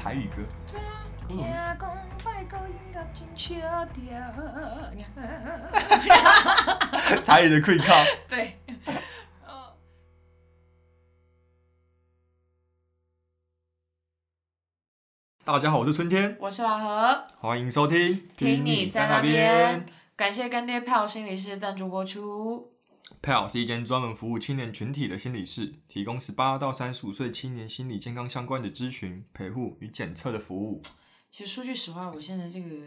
台语歌。 听讲拜高音乐真笑掉， 台语的跪靠。 对。 大家好，我是春天， 我是老何， 欢迎收听。 听你在那边。感谢干爹票心理师赞助播出。 PAL 是一间专门服务青年群体的心理室，提供18到35岁青年心理健康相关的咨询、陪护与检测的服务。 其实说句实话，我现在这个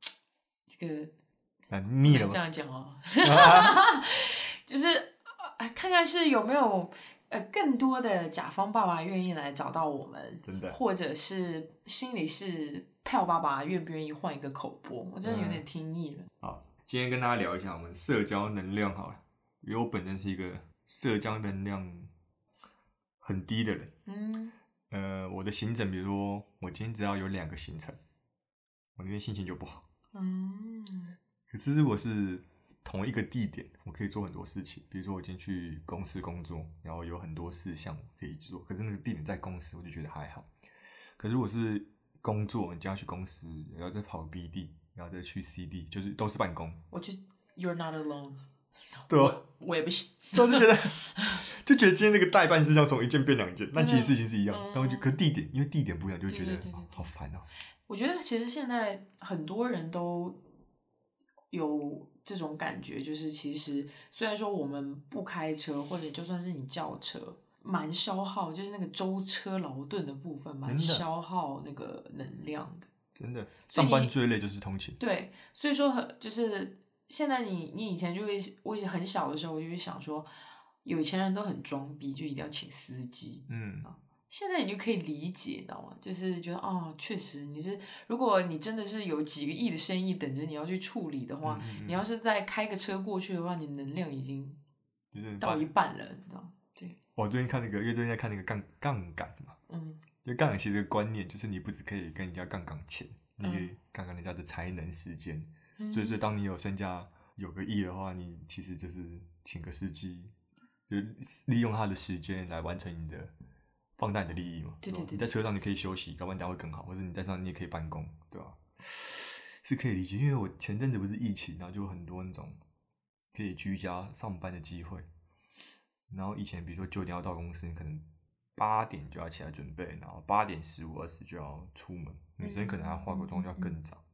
腻了吗？ 这样讲哦，就是看看是有没有更多的甲方爸爸愿意来找到我们， 真的， 或者是心理室票爸爸愿不愿意换一个口播？我真的有点听腻了。 好，今天跟大家聊一下我们社交能量好了，因为我本身是一个社交能量很低的人。我的行程，比如说我今天只要有2个行程，我那天心情就不好。可是如果是同一个地点，我可以做很多事情。比如说我今天去公司工作，然后有很多事项可以做，可是那个地点在公司，我就觉得还好。可是如果是工作，你就要去公司，然后再跑 B 地，然后再去 C 地，就是都是办公。 我就 You're not alone。 对啊， 我也不行。 所以我就觉得今天那个代办事项从1件变2件，但其实事情是一样。然后可是地点，因为地点不一样，就会觉得好烦哦。 我觉得其实现在很多人都有这种感觉，就是其实虽然说我们不开车，或者就算是你叫车，蛮消耗，就是那个舟车劳顿的部分，蛮消耗那个能量的。 真的，上班最累就是通勤。 对，所以说就是现在你以前就会，我以前很小的时候，我就会想说，有钱人都很装逼，就一定要请司机。现在你就可以理解，你知道吗？就是觉得确实如果你真的是有几个亿的生意等着你要去处理的话，你要是再开个车过去的话，你能量已经到一半了，你知道吗？对。 我最近看因为最近在看那个杠杆嘛，就杠杆其实这个观念就是你不只可以跟人家杠杆钱，你可以杠杆人家的才能、时间。所以当你有身价有个亿的话，你其实就是请个司机，就利用他的时间来完成你的。放大你的利益嘛， 对， 你在车上你可以休息，要不然等下会更好，或者你在车上你也可以办公，对吧？是可以理解，因为我前阵子不是疫情，然后就有很多那种可以居家上班的机会。然后以前比如说9点要到公司，你可能8点就要起来准备，然后8点15、20就要出门，女生可能还要化个妆就要更早。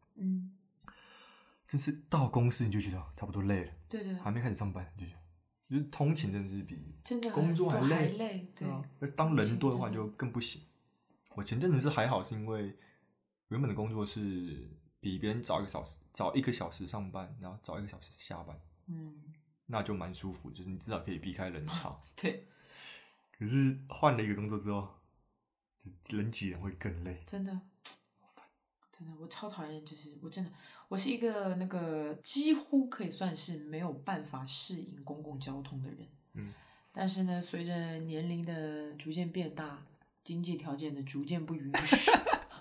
就是到公司你就觉得差不多累了， 对， 还没开始上班就觉得。就是通勤真的是比工作还累， 对。当人多的话就更不行。我前阵子是还好，是因为原本的工作是比别人早1个小时上班，然后早1个小时下班，那就蛮舒服，就是你至少可以避开人潮。 对。 可是换了一个工作之后，人挤人会更累。 真的，我超讨厌，就是我是一个那个几乎可以算是没有办法适应公共交通的人。但是呢，随着年龄的逐渐变大，经济条件的逐渐不允许，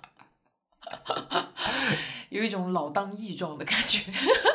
有一种老当益壮的感觉。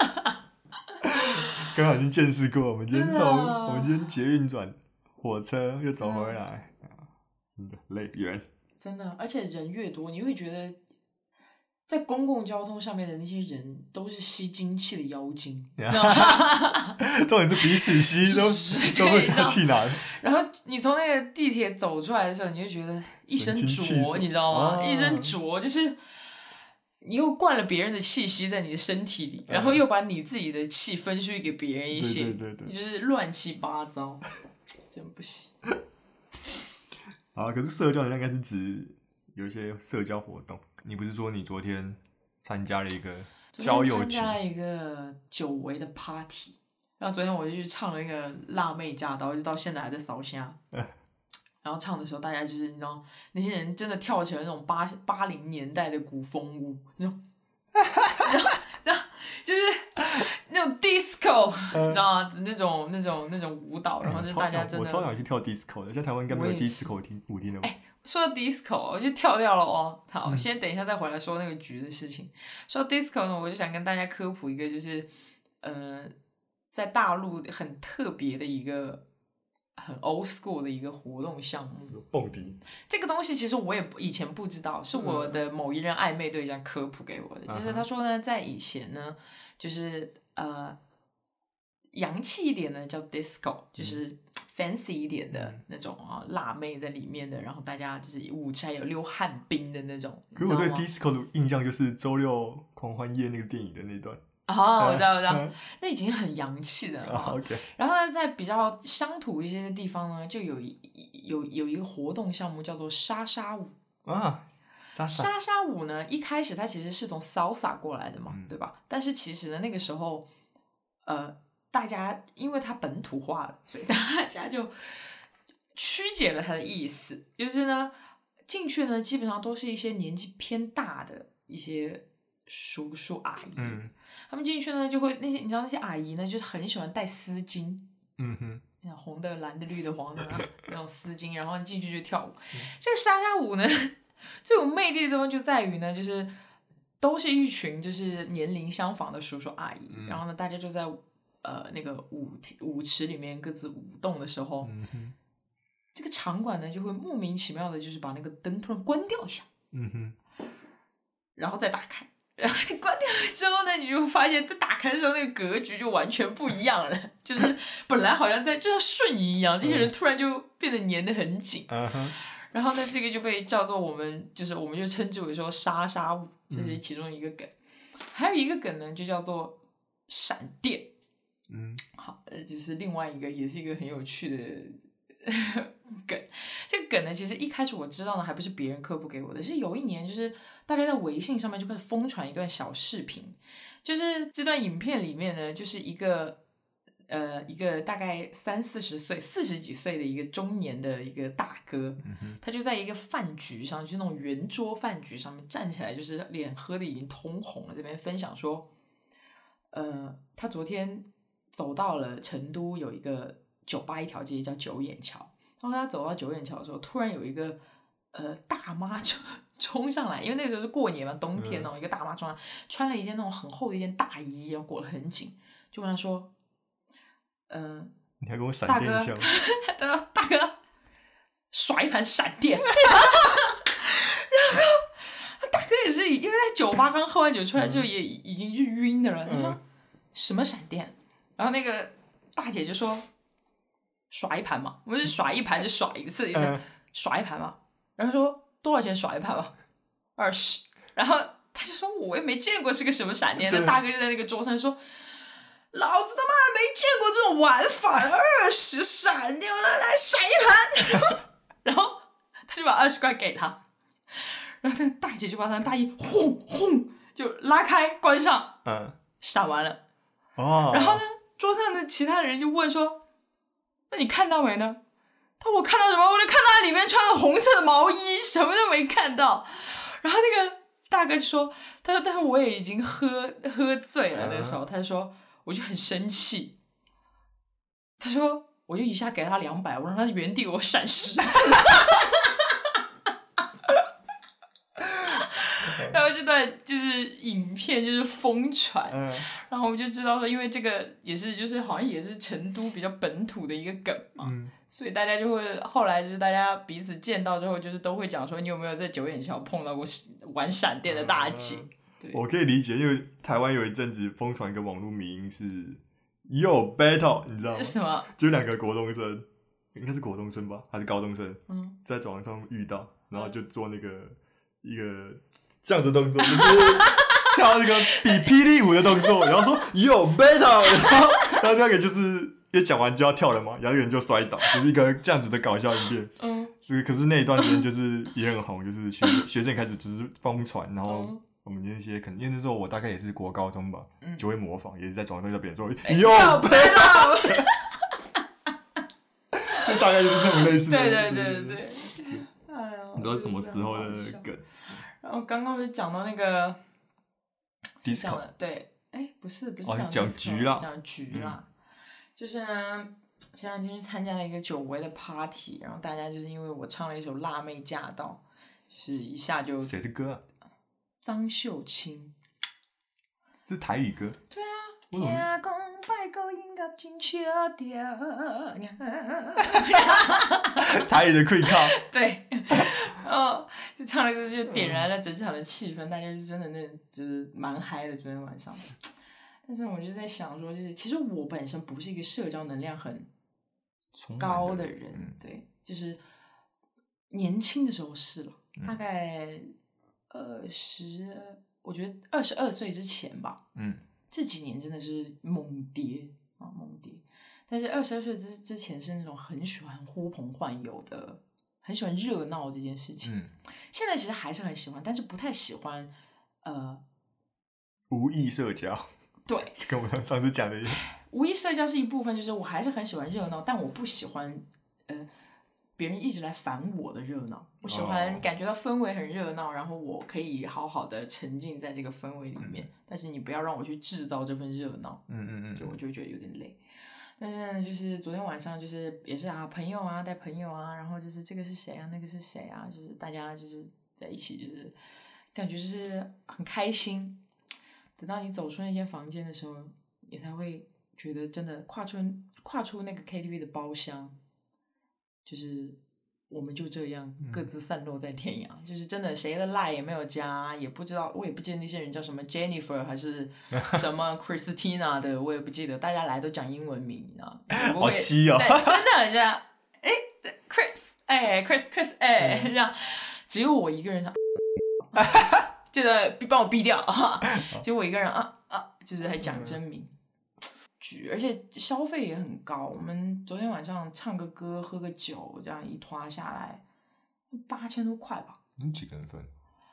刚好已经见识过，我们今天捷运转火车又走回来，真的累远。真的，而且人越多，你会觉得在公共交通上面的那些人都是吸精气的妖精。 重点是彼此吸都不知道去哪。 然后你从那个地铁走出来的时候，你就觉得一身浊，你知道吗？一身浊，就是你又灌了别人的气息在你的身体里，然后又把你自己的气分出去给别人一些，你就是乱七八糟，真不行。 可是社交能量应该是指有一些社交活动。你不是说你昨天参加了一个交友局？ 参加了一个久违的 party， 然后昨天我就去唱了一个辣妹驾到，就到现在还在烧香。然后唱的时候，大家就是你知道，那些人真的跳起了那种80年代的古风舞，那种，就是那种 disco， 你知道吗？那种舞蹈，然后就大家真的。 我超想去跳 disco 的，现在台湾应该没有 disco 舞厅了吧？ 说到 disco， 我就跳掉了哦。好，先等一下再回来说那个局的事情。说到 disco 呢，我就想跟大家科普一个，就是在大陆很特别的一个很 old school 的一个活动项目。 蹦迪这个东西其实我也以前不知道，是我的某一任暧昧对象科普给我的。就是他说呢，在以前呢，就是洋气一点的叫 disco， 就是fancy 一点的那种辣妹在里面的，然后大家就是舞池还有溜旱冰的那种。 可是我对 disco 的印象就是周六狂欢夜那个电影的那段。 我知道，那已经很洋气的了。 Okay. 然后呢，在比较乡土一些的地方呢，就有一个活动项目叫做莎莎舞啊。 莎莎舞呢，一开始它其实是从 salsa 过来的嘛，对吧？但是其实呢，那个时候大家因为它本土化了，所以大家就曲解了它的意思，就是呢进去呢基本上都是一些年纪偏大的一些叔叔阿姨。他们进去呢，就会那些你知道那些阿姨呢，就是很喜欢戴丝巾，红的、蓝的、绿的、黄的那种丝巾，然后进去就跳舞。这个莎莎舞呢，最有魅力的地方就在于呢，就是都是一群就是年龄相仿的叔叔阿姨，然后呢，大家就在那个舞池里面各自舞动的时候，这个场馆呢就会莫名其妙的，就是把那个灯突然关掉一下，然后再打开。然后你关掉了之后呢，你就发现在打开的时候那个格局就完全不一样了，就是本来好像就像瞬移一样，这些人突然就变得粘得很紧。然后呢，这个就被叫做我们就称之为说莎莎舞，这是其中一个梗。还有一个梗呢，就叫做闪电。好，就是另外一个也是一个很有趣的梗。这个梗呢，其实一开始我知道呢，还不是别人科普给我的，是有一年就是大家在微信上面就开始疯传一段小视频，就是这段影片里面呢，就是一个大概30-40岁、40几岁的一个中年的一个大哥，他就在一个饭局上，就是那种圆桌饭局上面站起来，就是脸喝的已经通红了，这边分享说，他昨天走到了成都有一个酒吧一条街叫九眼桥，然后他走到九眼桥的时候，突然有一个大妈冲上来，因为那个时候是过年嘛，冬天一个大妈冲上来，穿了一件那种很厚的一件大衣，然后裹得很紧，就问他说， 你还跟我闪电一下吗？ 大哥，耍一盘闪电。然后大哥也是因为在酒吧刚喝完酒出来就也已经是晕的了，他说什么闪电？然后那个大姐就说耍一盘嘛，我们是耍一盘就耍一次，耍一盘嘛。然后说多少钱耍一盘嘛？20。然后他就说我也没见过是个什么闪电。那大哥就在那个桌上说，老子他妈没见过这种玩法，20闪电，来甩一盘。然后他就把20块给他，然后那个大姐就把他的大衣轰就拉开关上，闪完了。然后呢，桌上的其他人就问说，那你看到没呢？他说我看到什么？我就看到他里面穿了红色的毛衣，什么都没看到。然后那个大哥就说，他说但是我也已经喝醉了，那时候他就说我就很生气，他说我就一下给他200，我让他原地给我闪10次。然后这段就是影片就是疯传，然后我就知道说，因为这个也是就是好像也是成都比较本土的一个梗嘛，所以大家就会后来就是大家彼此见到之后，就是都会讲说，你有没有在九眼桥碰到过玩闪电的大姐？ 我可以理解，因为台湾有一阵子疯传一个网络迷因是有 battle， 你知道吗？ 什么？ 就2个国中生，应该是国中生吧，还是高中生？在走廊上遇到，然后就做那个一个这样子动作，就是跳那个比霹雳舞的动作，然后说有 battle， 然后那个就是一讲完就要跳了嘛，然后有人就摔倒，就是一个这样子的搞笑影片。可是那一段时间就是也很红，就是学生开始只是疯传，然后我们那些可能因为那时候我大概也是国高中吧，就会模仿，也是在走廊上叫别人说有 battle， 就大概就是那种类似的。 对。哎呦， 你知道什么时候的梗？ 然后刚刚不是讲到那个 disco， 对，不是讲局啦， 讲局啦，就是呢，前2天去参加了一个久违的 party， 然后大家就是因为我唱了一首《辣妹驾到》，就是一下就谁的歌啊？ 张秀清， 是台语歌。 对啊， 听讲拜个音乐真笑掉， 台语的溃靠。 对，就唱了就点燃了整场的气氛，大家是真的就是蛮嗨的昨天晚上。但是我就在想说，就是其实我本身不是一个社交能量很高的人，对，就是年轻的时候是了，大概我觉得22岁之前吧，这几年真的是猛跌。但是22岁之前是那种很喜欢呼朋唤友的，很喜欢热闹这件事情。现在其实还是很喜欢，但是不太喜欢无意社交。 对， 跟我们上次讲的一样。 无意社交是一部分，就是我还是很喜欢热闹，但我不喜欢别人一直来烦我的热闹。我喜欢感觉到氛围很热闹，然后我可以好好的沉浸在这个氛围里面。但是你不要让我去制造这份热闹，就我就会觉得有点累。但是呢，就是昨天晚上就是也是朋友啊带朋友啊，然后就是这个是谁啊，那个是谁啊，就是大家就是在一起，就是感觉就是很开心。等到你走出那间房间的时候，你才会觉得真的跨出那个 KTV 的包厢，就是我们就这样各自散落在天涯，就是真的谁的 line 也没有加，也不知道，我也不记得那些人叫什么 Jennifer 还是什么 Christina 的，我也不记得，大家来都讲英文名，你知道吗？ 好鸡哦！ 对，真的这样，Chris，这样，只有我一个人想。记得帮我逼掉啊！就我一个人就是还讲真名，而且消费也很高。我们昨天晚上唱个歌、喝个酒，这样一拖下来，8000多块吧。 你几个人分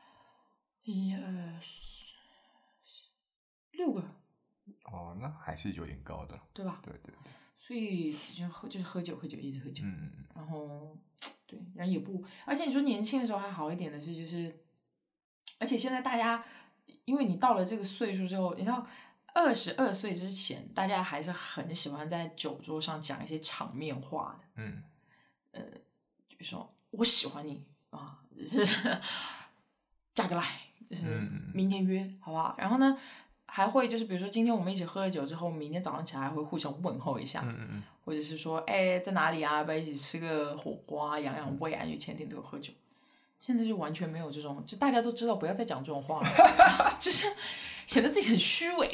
？1、2、4、6个。 哦，那还是有点高的， 对吧？ 对。 所以就是喝酒，一直喝酒。然后对，然后也不，而且你说年轻的时候还好一点的是，就是。而且现在大家，因为你到了这个岁数之后，你知道，22岁之前，大家还是很喜欢在酒桌上讲一些场面话的。比如说我喜欢你啊，就是加个来，就是明天约，好不好？然后呢，还会就是比如说今天我们一起喝了酒之后，明天早上起来还会互相问候一下，或者是说，在哪里啊？要不要一起吃个火锅，养养胃啊？因为前天都有喝酒。现在就完全没有这种，就大家都知道不要再讲这种话了，就是显得自己很虚伪。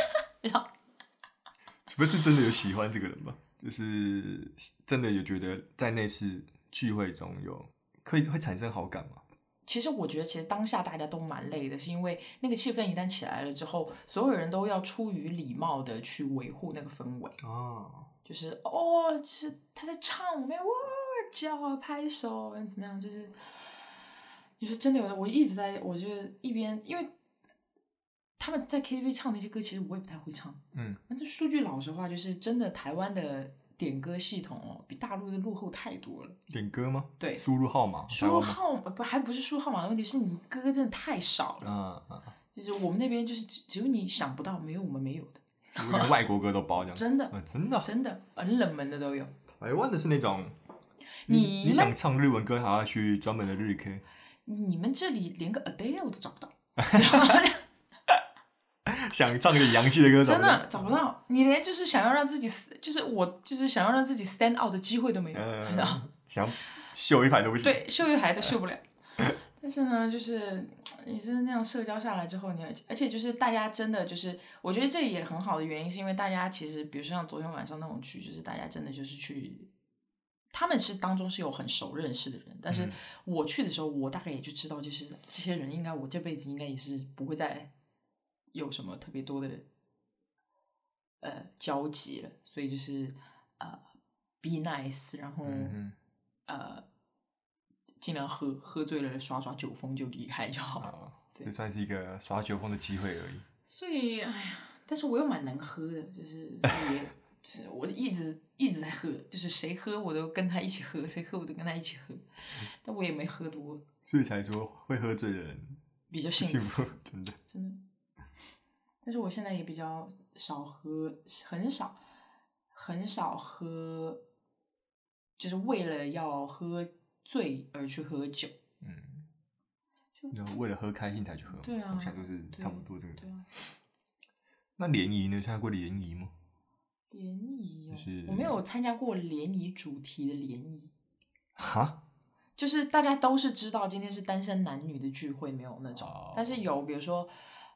除非是真的有喜欢这个人吧，就是真的有觉得在那次聚会中会产生好感吗？ 其实我觉得，其实当下大家都蛮累的，是因为那个气氛一旦起来了之后，所有人都要出于礼貌的去维护那个氛围。就是就是他在唱，我们要叫啊拍手，怎么样，就是。你说真的有的，我就一边，因为他们在 KTV 唱那些歌，其实我也不太会唱。但是说句老实话，就是真的台湾的点歌系统比大陆的落后太多了。 点歌吗？ 对， 输入号码。 还不是输入号码的问题，是你歌真的太少了。就是我们那边就是只有你想不到，没有我们没有的。 连外国歌都包这样。 真的， 真的， 很冷门的都有。 台湾的是那种，你想唱日文歌，还要去专门的日 K。 你们这里连个 Adele 都找不到， 想唱个洋气的歌真的找不到。你连就是想要让自己想要让自己 stand out 的机会都没有， 想秀一排都不行。 对，秀一排都秀不了。但是呢，就是你是那样社交下来之后，而且就是大家真的就是，我觉得这也很好的原因，是因为大家其实，比如说像昨天晚上那种局，就是大家真的就是去。他们是当中是有很熟认识的人，但是我去的时候，我大概也就知道，就是这些人应该我这辈子应该也是不会再有什么特别多的交集了，所以就是be nice， 然后尽量喝醉了耍酒疯就离开就好了。 这算是一个耍酒疯的机会而已。 所以但是我又蛮能喝的，就是就是我一直在喝，就是谁喝我都跟他一起喝，谁喝我都跟他一起喝，但我也没喝多， 所以才说会喝醉的人比较幸福， 真的。 但是我现在也比较少喝，很少喝，就是为了要喝醉而去喝酒。 就为了喝开心才去喝， 对啊， 好像都是差不多这个。 对啊。 那联谊呢？参加过联谊吗？ 联谊哦， 就是我没有参加过联谊主题的联谊。 哈？ 就是大家都是知道今天是单身男女的聚会，没有那种，但是有比如说，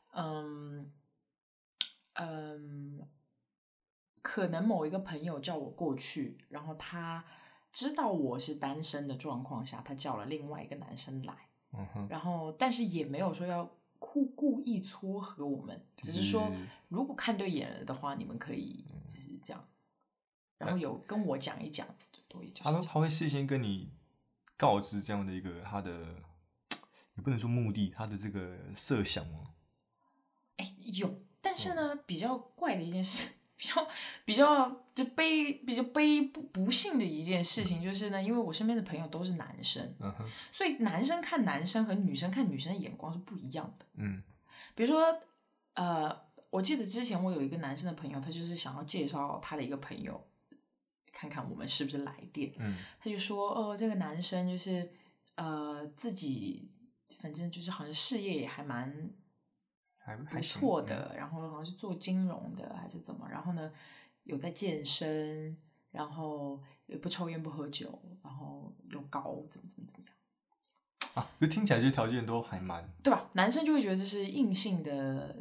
可能某一个朋友叫我过去，然后他知道我是单身的状况下，他叫了另外一个男生来，然后但是也没有说要故意撮合我们，只是说如果看对眼了的话，你们可以就是这样，然后有跟我讲一讲，多也就是他会事先跟你告知这样的一个他的，也不能说目的，他的这个设想吗？ 有，但是呢，比较怪的一件事，比较不幸的一件事情就是呢，因为我身边的朋友都是男生，所以男生看男生和女生看女生的眼光是不一样的。比如说，我记得之前我有一个男生的朋友，他就是想要介绍他的一个朋友，看看我们是不是来电。他就说，这个男生就是自己反正就是好像事业也还蛮不错的，然后好像是做金融的还是怎么，然后呢有在健身，然后也不抽烟不喝酒，然后又高，怎么样啊？就听起来这些条件都还蛮对吧？男生就会觉得这是硬性的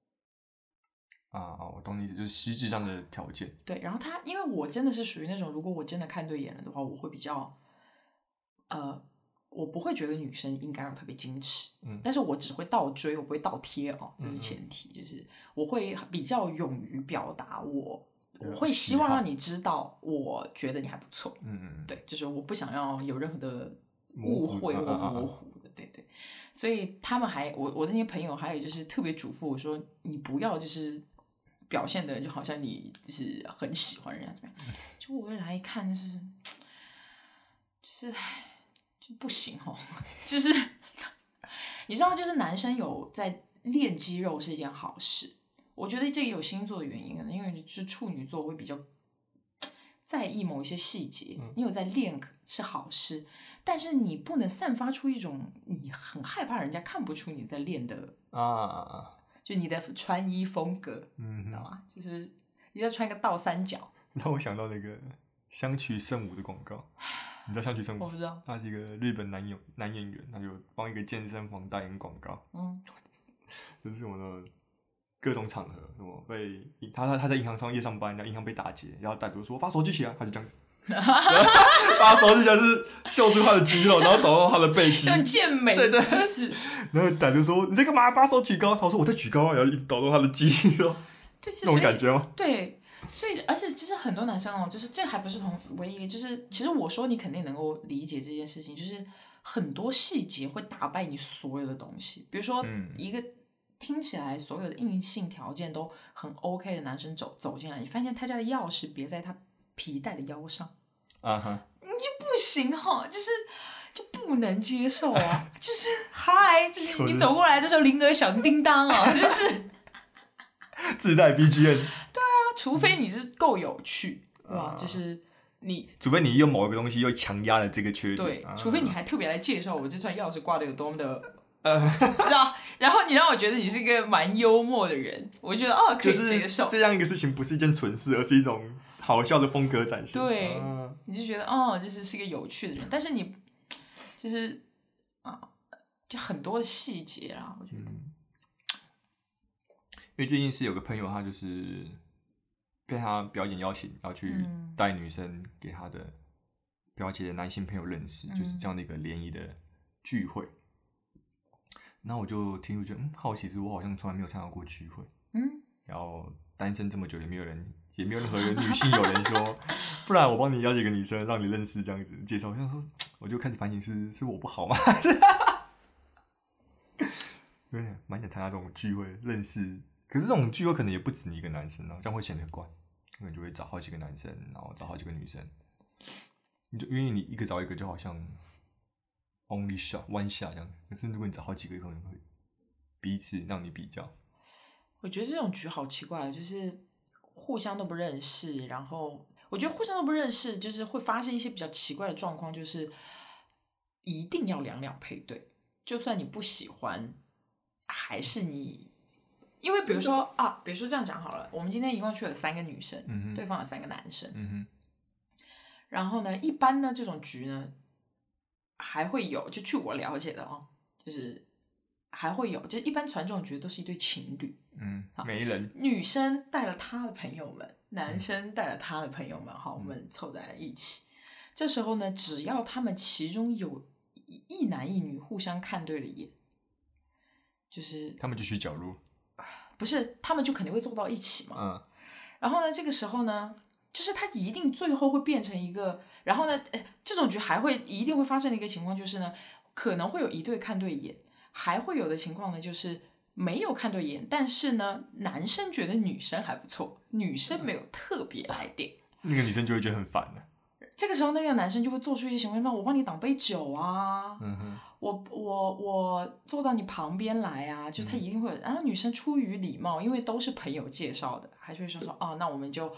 我懂你意思，就是实质上的条件。 对，然后因为我真的是属于那种，如果我真的看对眼了的话，我会比较我不会觉得女生应该要特别矜持，但是我只会倒追，我不会倒贴哦，这是前提，就是我会比较勇于表达我会希望让你知道，我觉得你还不错，对，就是我不想要有任何的误会或模糊的，对，所以他们我的那些朋友还有就是特别嘱咐我说，你不要就是表现的就好像你就是很喜欢人家怎么样，就我来一看就是就不行哦，就是你知道，就是男生有在练肌肉是一件好事。我觉得这也有星座的原因，因为就是处女座会比较在意某一些细节，你有在练是好事，但是你不能散发出一种你很害怕人家看不出你在练的就你的穿衣风格，知道吗？就是你在穿一个倒三角， 让我想到那个香取慎吾的广告。你知道香取慎吾？ 我不知道。 他是一个日本男演员，他就帮一个健身房代言广告。就是什么的各种场合，什么被他在银行商业上班，然后银行被打劫，然后歹徒说把手举起来，他就这样子，把手举起来是秀出他的肌肉，然后抖到他的背肌， 像健美对， 是。 然后歹徒说你在干嘛？把手举高。他说我在举高啊，然后一直抖到他的肌肉， 那种感觉吗？ 对。所以，而且其实很多男生就是这还不是唯一，就是其实我说你肯定能够理解这件事情，就是很多细节会打败你所有的东西。比如说，一个听起来所有的硬性条件都很 OK 的男生走进来，你发现他家的钥匙别在他皮带的腰上，你就不行哈，就不能接受啊，就是嗨，就是你走过来的时候铃儿响叮当啊，就是自带 BGM。 除非你是够有趣，对吧？就是除非你用某一个东西又强压了这个缺点， 对，除非你还特别来介绍我这串钥匙挂的有多么的，知道？然后你让我觉得你是一个蛮幽默的人，我觉得可以接受。 这样一个事情不是一件蠢事，而是一种好笑的风格展现。 对，你就觉得就是个有趣的人，但是你就是就很多细节啊，我觉得。 因为最近是有个朋友，他就是被他表演邀请要去带女生给他的表姐的男性朋友认识，就是这样的一个联谊的聚会。然后我就听就觉得好奇，是我好像从来没有参加过聚会，然后单身这么久也没有任何人女性有人说，不然我帮你邀几个女生让你认识这样子介绍，我想说我就开始反省是我不好吗？对，蛮想参加这种聚会认识。可是这种聚会可能也不止你一个男生，这样会显得怪，可能就会找好几个男生，然后找好几个女生，因为你一个找一个就好像 only shot one shot 这样。可是如果你找好几个，可能会彼此让你比较。 我觉得这种局好奇怪，就是互相都不认识，然后我觉得互相都不认识，就是会发生一些比较奇怪的状况，就是一定要两两配对，就算你不喜欢，还是你因为比如说这样讲好了，我们今天一共去了3个女生，对方有3个男生，然后呢，一般呢这种局呢还会有，就据我了解的就是还会有，就一般传这种局都是一对情侣， 没人， 女生带了她的朋友们，男生带了他的朋友们，我们凑在了一起。这时候呢，只要他们其中有一男一女互相看对了眼，就是他们就去角落， 不是，他们就肯定会坐到一起嘛。然后呢，这个时候呢，就是他一定最后会变成一个，然后呢，这种局还会一定会发生的一个情况就是呢，可能会有一对看对眼，还会有的情况呢就是没有看对眼，但是呢，男生觉得女生还不错，女生没有特别来电， 那个女生就会觉得很烦了。 这个时候，那个男生就会做出一些行为，我帮你挡杯酒啊，我坐到你旁边来啊，就是他一定会有。然后女生出于礼貌，因为都是朋友介绍的，还是会说那我们就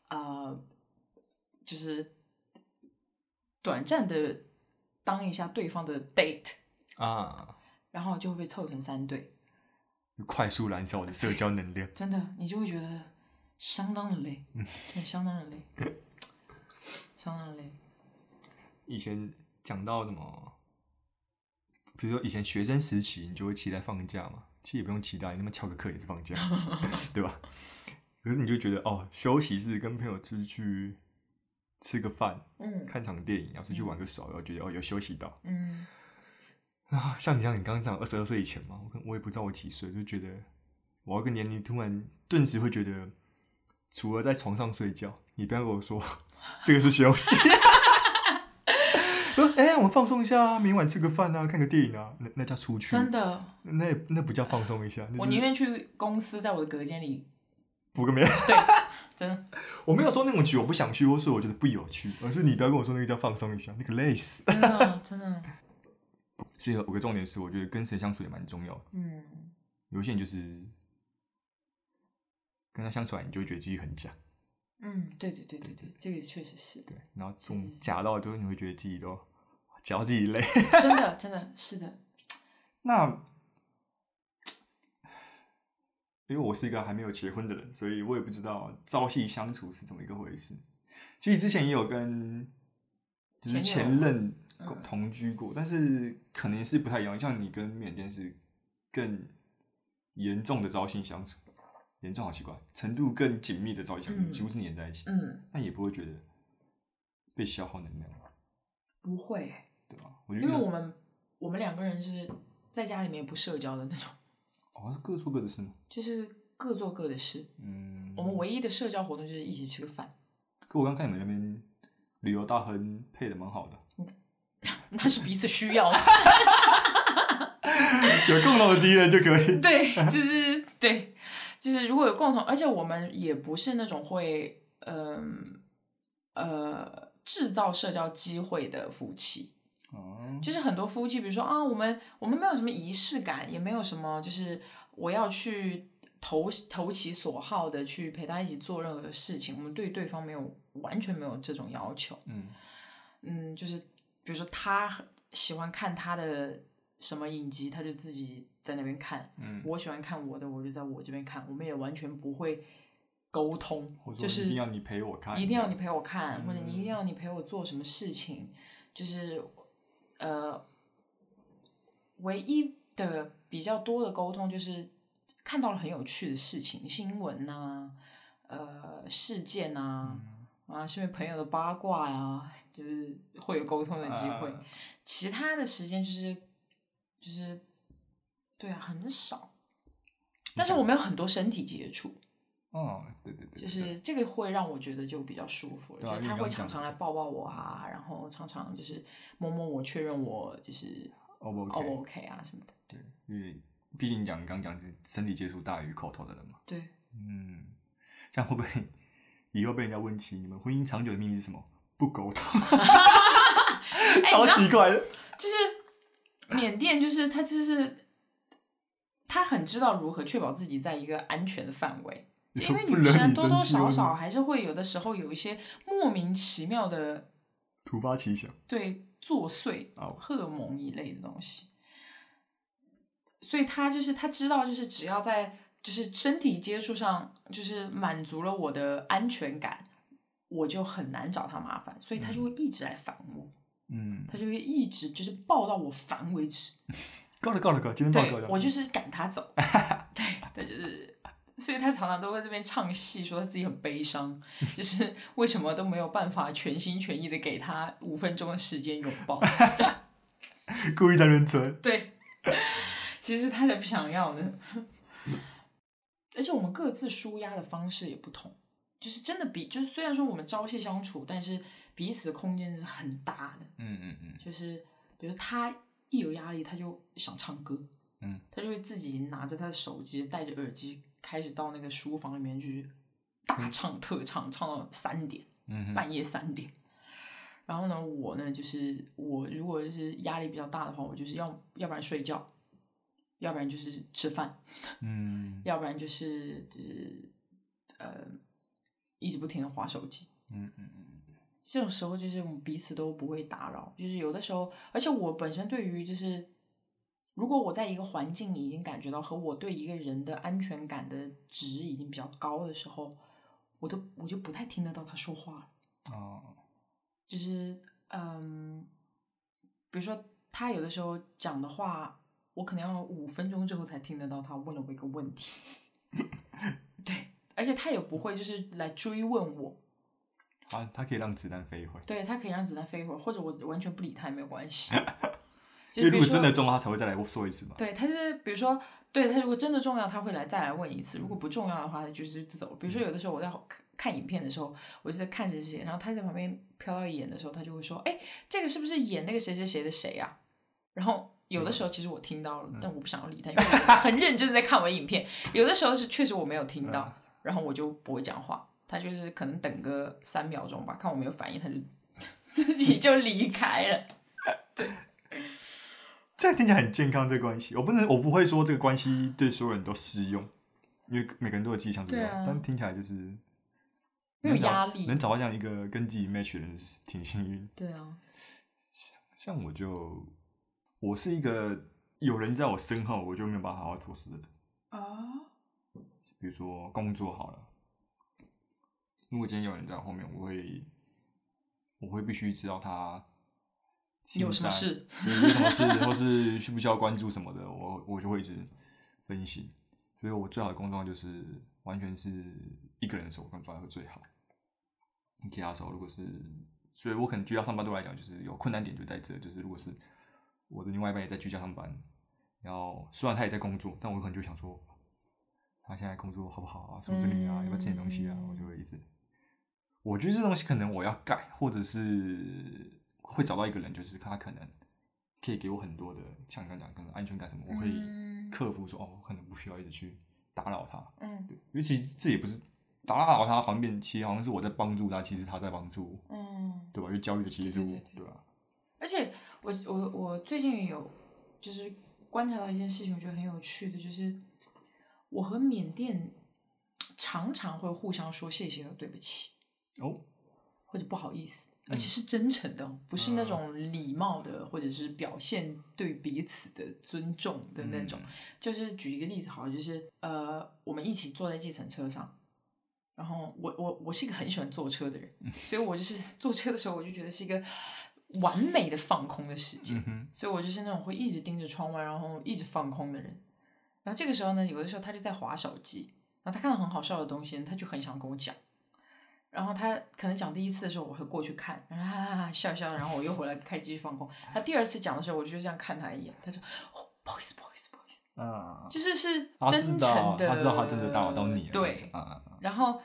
就是短暂的当一下对方的 date 然后就会被凑成3对， 快速燃烧我的社交能量。 真的，你就会觉得相当的累，相当的累。相当累。 以前讲到什么，比如说以前学生时期，你就会期待放假嘛，其实也不用期待，你那么翘个课也是放假，对吧？可是你就觉得休息是跟朋友出去吃个饭，看场电影，要出去玩个耍，然后觉得有休息到。像你刚刚讲22岁以前嘛，我也不知道我几岁，就觉得我那个年龄突然顿时会觉得，除了在床上睡觉，你不要跟我说这个是休息。我们放松一下，明晚吃个饭啊，看个电影啊，那叫出去。 真的， 那不叫放松一下。 我宁愿去公司，在我的隔间里补个眠。 对，真的。 我没有说那种局我不想去，或是我觉得不有趣，而是你不要跟我说那个叫放松一下，那个累死。 真的，真的。 所以有个重点是，我觉得跟谁相处也蛮重要的。有些人就是跟他相处来，你就会觉得自己很假。 对，这个确实是。 对，然后这种假到就是你会觉得自己都假到自己累。 真的是的。 那因为我是一个还没有结婚的人，所以我也不知道朝夕相处是怎么一个回事。其实之前也有跟就是前任同居过，但是可能是不太一样。像你跟缅甸是更严重的朝夕相处。严重好奇怪，程度更紧密的朝夕相处，几乎是黏在一起。但也不会觉得被消耗能量。 不会， 对吧？ 因为我们2个人是在家里面不社交的那种。 各做各的事吗？ 就是各做各的事。我们唯一的社交活动就是一起吃个饭。 可我刚看你们那边旅游大亨配的蛮好的。 那是彼此需要的。 有共同的敌人就可以。 对，就是如果有共同，而且我们也不是那种会制造社交机会的夫妻。就是很多夫妻，比如说我们没有什么仪式感，也没有什么就是我要去投其所好的去陪他一起做任何事情，我们对对方完全没有这种要求。就是比如说他喜欢看他的什么影集，他就自己在那边看。我喜欢看我的，我就在我这边看。我们也完全不会沟通，就是一定要你陪我看， 一定要你陪我看，或者你一定要你陪我做什么事情，就是唯一的比较多的沟通就是看到了很有趣的事情，新闻啊，事件啊。身边朋友的八卦啊，就是会有沟通的机会。其他的时间就是对很少。但是我们有很多身体接触。 对， 就是这个会让我觉得就比较舒服，就是他会常常来抱抱我啊，然后常常就是摸摸我，确认我就是 O 不 OK 啊什么的。 对，因为毕竟刚刚讲是身体接触大于口头的人嘛。 对。 这样会不会以后被人家问起你们婚姻长久的秘密是什么？不沟通。超奇怪的。 就是缅甸，就是他很知道如何确保自己在一个安全的范围，因为女生多多少少还是会有的时候有一些莫名其妙的突发奇想， 对，作祟、荷尔蒙一类的东西。所以他知道，就是只要在就是身体接触上就是满足了我的安全感，我就很难找他麻烦，所以他就会一直来烦我。他就会一直就是抱到我烦为止。 够了，今天报够了。 我就是赶他走。对，就是。所以他常常都在这边唱戏，说他自己很悲伤，就是为什么都没有办法全心全意的给他5分钟的时间拥抱。 故意在认真。 对，其实他才不想要呢。而且我们各自抒压的方式也不同，就是真的就是虽然说我们朝夕相处，但是彼此的空间是很大的。就是比如他一有压力，他就想唱歌。他就会自己拿着他的手机，戴着耳机，开始到那个书房里面去大唱特唱，唱到3点，半夜3点。然后呢，我呢就是我如果是压力比较大的话，我就是要不然睡觉，要不然就是吃饭，要不然就是一直不停的滑手机。这种时候就是我们彼此都不会打扰，就是有的时候，而且我本身对于就是如果我在一个环境里已经感觉到和我对一个人的安全感的值已经比较高的时候，我就不太听得到他说话了。就是比如说他有的时候讲的话，我可能要5分钟之后才听得到他问了我一个问题。对，而且他也不会就是来追问我。 他可以让子弹飞一会。 对，他可以让子弹飞一会，或者我完全不理他也没有关系。 因为如果真的重要，他才会再来说一次嘛。 对，他是比如说，对他如果真的重要，他会再来问一次；如果不重要的话，他就是走。比如说有的时候我在看影片的时候，我就在看谁谁谁，然后他在旁边瞟到一眼的时候，他就会说：“哎，这个是不是演那个谁谁谁的谁啊？”然后有的时候其实我听到了，但我不想要理他，因为我很认真的在看我的影片。有的时候是确实我没有听到，然后我就不会讲话。他就是可能等个3秒钟吧，看我没有反应，他就自己就离开了。对。 这样听起来很健康，这个关系，我不会说这个关系对所有人都适用，因为每个人都有自己相处的，但听起来就是没有压力， 能找到这样一个跟自己 match 的人，挺幸运。 对啊， 像我是一个有人在我身后，我就没有办法好好做事的人啊。比如说工作好了，如果今天有人在我后面，我会必须知道他。 有什么事？ 有什么事，或是需不需要关注什么的，我就会一直分析。所以我最好的工作就是完全是一个人的时候，我工作会最好。其他时候如果是，所以我可能居家上班对我来讲就是有困难点就在这，就是如果是我的另外一半也在居家上班，然后虽然他也在工作，但我可能就想说，他现在工作好不好啊，顺不顺利啊，要不要吃点东西啊，我就会一直。我觉得这东西可能我要改，或者是。会找到一个人，就是他可能可以给我很多的，像你刚讲，可能安全感什么，我可以克服说，我可能不需要一直去打扰他。对，尤其这也不是打扰他，其实好像是我在帮助他，其实他在帮助我。对吧？因为教育的其实是我，对吧？ 而且我最近有就是观察到一件事情，我觉得很有趣的，就是我和缅甸常常会互相说谢谢和对不起，或者不好意思。而且是真诚的，不是那种礼貌的，或者是表现对彼此的尊重的那种。就是举一个例子好了，就是我们一起坐在计程车上，然后我是一个很喜欢坐车的人，所以我就是坐车的时候，我就觉得是一个完美的放空的时间，所以我就是那种会一直盯着窗外，然后一直放空的人。然后这个时候呢，有的时候他就在滑手机，然后他看到很好笑的东西，他就很想跟我讲。然后他可能讲第1次的时候，我会过去看，然后哈哈笑笑，然后我又回来继续放空。他第2次讲的时候，我就这样看他一眼，他说：“不好意思。”就是真诚的， 他知道他真的打扰到你了。 对，然后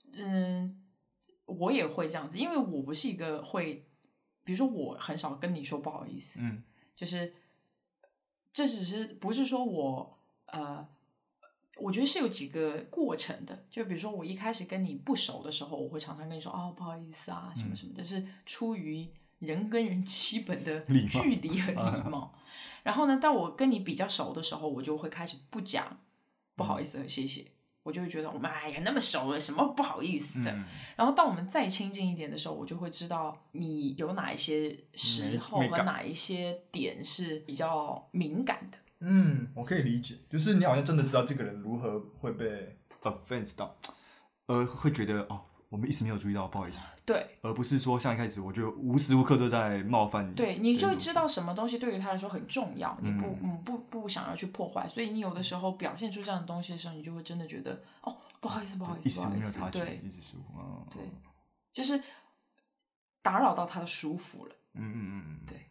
我也会这样子，因为我不是一个会，比如说我很少跟你说不好意思，就是这只是不是说我我觉得是有几个过程的，就比如说我一开始跟你不熟的时候，我会常常跟你说不好意思啊什么什么的，是出于人跟人基本的距离和礼貌。然后呢，当我跟你比较熟的时候，我就会开始不讲不好意思和谢谢，我就会觉得我们那么熟了，什么不好意思的。然后当我们再亲近一点的时候，我就会知道你有哪一些时候和哪一些点是比较敏感的。 我可以理解，就是你好像真的知道这个人如何会被 offense 到，会觉得我们一时没有注意到，不好意思。 对， 而不是说像一开始，我就无时无刻都在冒犯你。 对，你就会知道什么东西对于他来说很重要，你不想要去破坏，所以你有的时候表现出这样的东西的时候，你就会真的觉得不好意思，不好意思， 一时没有察觉， 对， 一直疏忽， 对，就是打扰到他的舒服了。 对。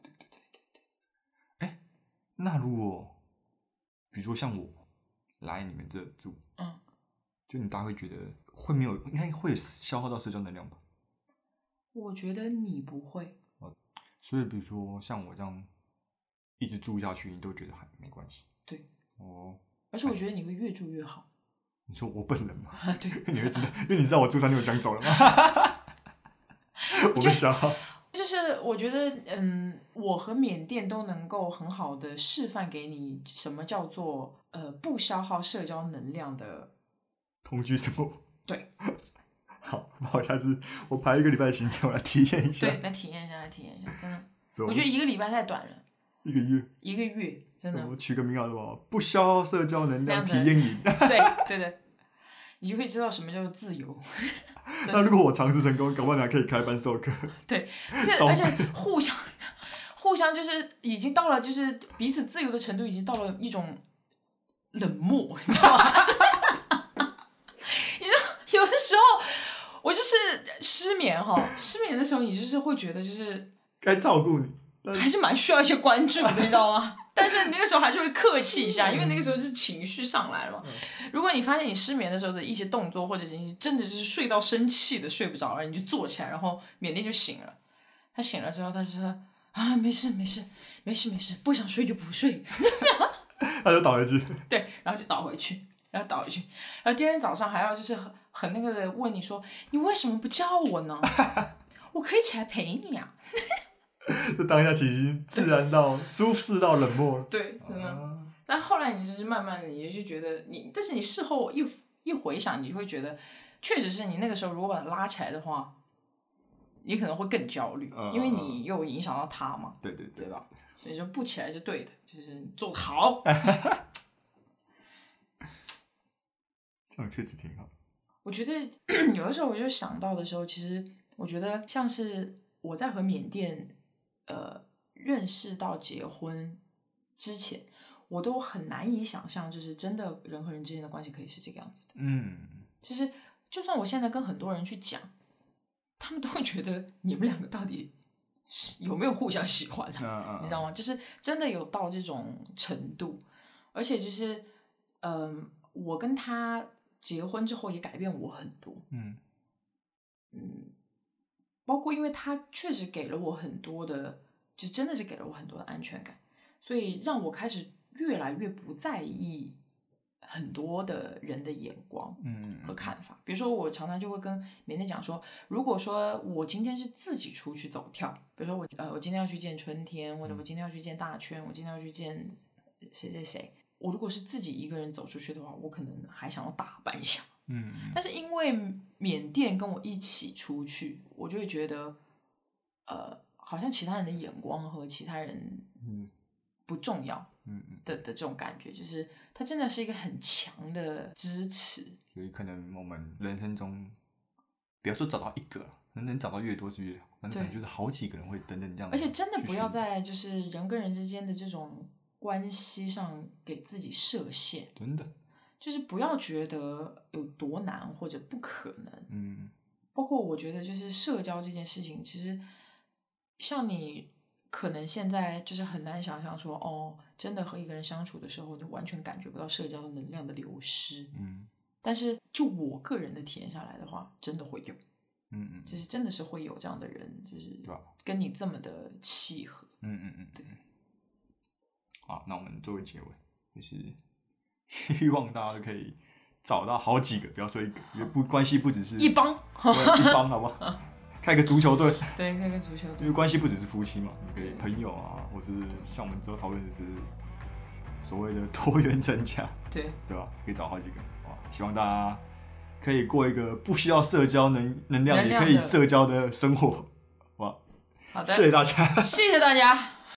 那如果比如说像我来你们这住，就你大概会觉得会没有，应该会消耗到社交能量吧？ 我觉得你不会。 所以比如说像我这样一直住下去，你都觉得还没关系。 对。而且我觉得你会越住越好。 你说我本人吗？ 对。 你会知道，因为你知道我住3天我讲走了吗？我被消耗。 就是我觉得，我和缅甸都能够很好的示范给你什么叫做不消耗社交能量的同居生活。 对。 好，那我下次我排1个礼拜的行程，我来体验一下。 对，来体验一下，真的。我觉得1个礼拜太短了。 1个月。 1个月，真的。 我取个名好什么？不消耗社交能量体验营。 对，你就会知道什么叫做自由。 那如果我尝试成功，搞不好你还可以开班授课。 对，而且互相就是已经到了，就是彼此自由的程度，已经到了一种冷漠，你知道吗？你知道，有的时候我就是失眠的时候，你就是会觉得就是该照顾你， 还是蛮需要一些关注的，你知道吗？但是你那个时候还是会客气一下，因为那个时候就是情绪上来了嘛。如果你发现你失眠的时候的一些动作，或者是你真的就是睡到生气的睡不着了，你就坐起来，然后缅甸就醒了。他醒了之后，他就说没事，不想睡就不睡。 他就倒回去。 对，然后就倒回去，然后第二天早上还要就是很那个的问你说，你为什么不叫我呢？我可以起来陪你啊。 就当下其实自然到舒适到冷漠了。 对，真的。但后来你就是慢慢的，你就觉得但是你事后一回想，你会觉得，确实是你那个时候如果把它拉起来的话，你可能会更焦虑，因为你又影响到他嘛。 对吧？所以说不起来是对的，就是做得好。 这样确实挺好。 我觉得有的时候我就想到的时候，其实我觉得像是我在和缅甸认识到结婚之前，我都很难以想象，就是真的人和人之间的关系可以是这个样子的。就是就算我现在跟很多人去讲，他们都会觉得你们两个到底有没有互相喜欢啊？你知道吗？就是真的有到这种程度，而且就是我跟他结婚之后也改变我很多。包括因为他确实给了我很多的，就真的是给了我很多的安全感，所以让我开始越来越不在意很多的人的眼光和看法。比如说我常常就会跟缅甸讲说，如果说我今天是自己出去走跳，比如说我今天要去见春天，或者我今天要去见大圈，我今天要去见谁，我如果是自己一个人走出去的话，我可能还想要打扮一下。但是因为缅甸跟我一起出去，我就会觉得好像其他人的眼光和其他人不重要的这种感觉，就是它真的是一个很强的支持。 所以可能我们人生中不要说找到一个，能找到越多是越好，可能就是好几个人会等等这样。 而且真的不要在就是人跟人之间的这种关系上给自己设限， 真的就是不要觉得有多难或者不可能。包括我觉得就是社交这件事情，其实像你可能现在就是很难想象说真的和一个人相处的时候，你完全感觉不到社交能量的流失。但是就我个人的体验下来的话，真的会有。就是真的是会有这样的人，就是跟你这么的契合。对。 好，那我们作为结尾，就是希望大家都可以找到好几个，不要说一个，因为关系不只是一帮， 一帮好不好？开个足球队， 对，开个足球队， 因为关系不只是夫妻嘛，你可以朋友啊，或是像我们之后讨论的是所谓的多元成家，对吧？可以找好几个，希望大家可以过一个不需要社交能量也可以社交的生活，哇！ 好的， 谢谢大家， 谢谢大家。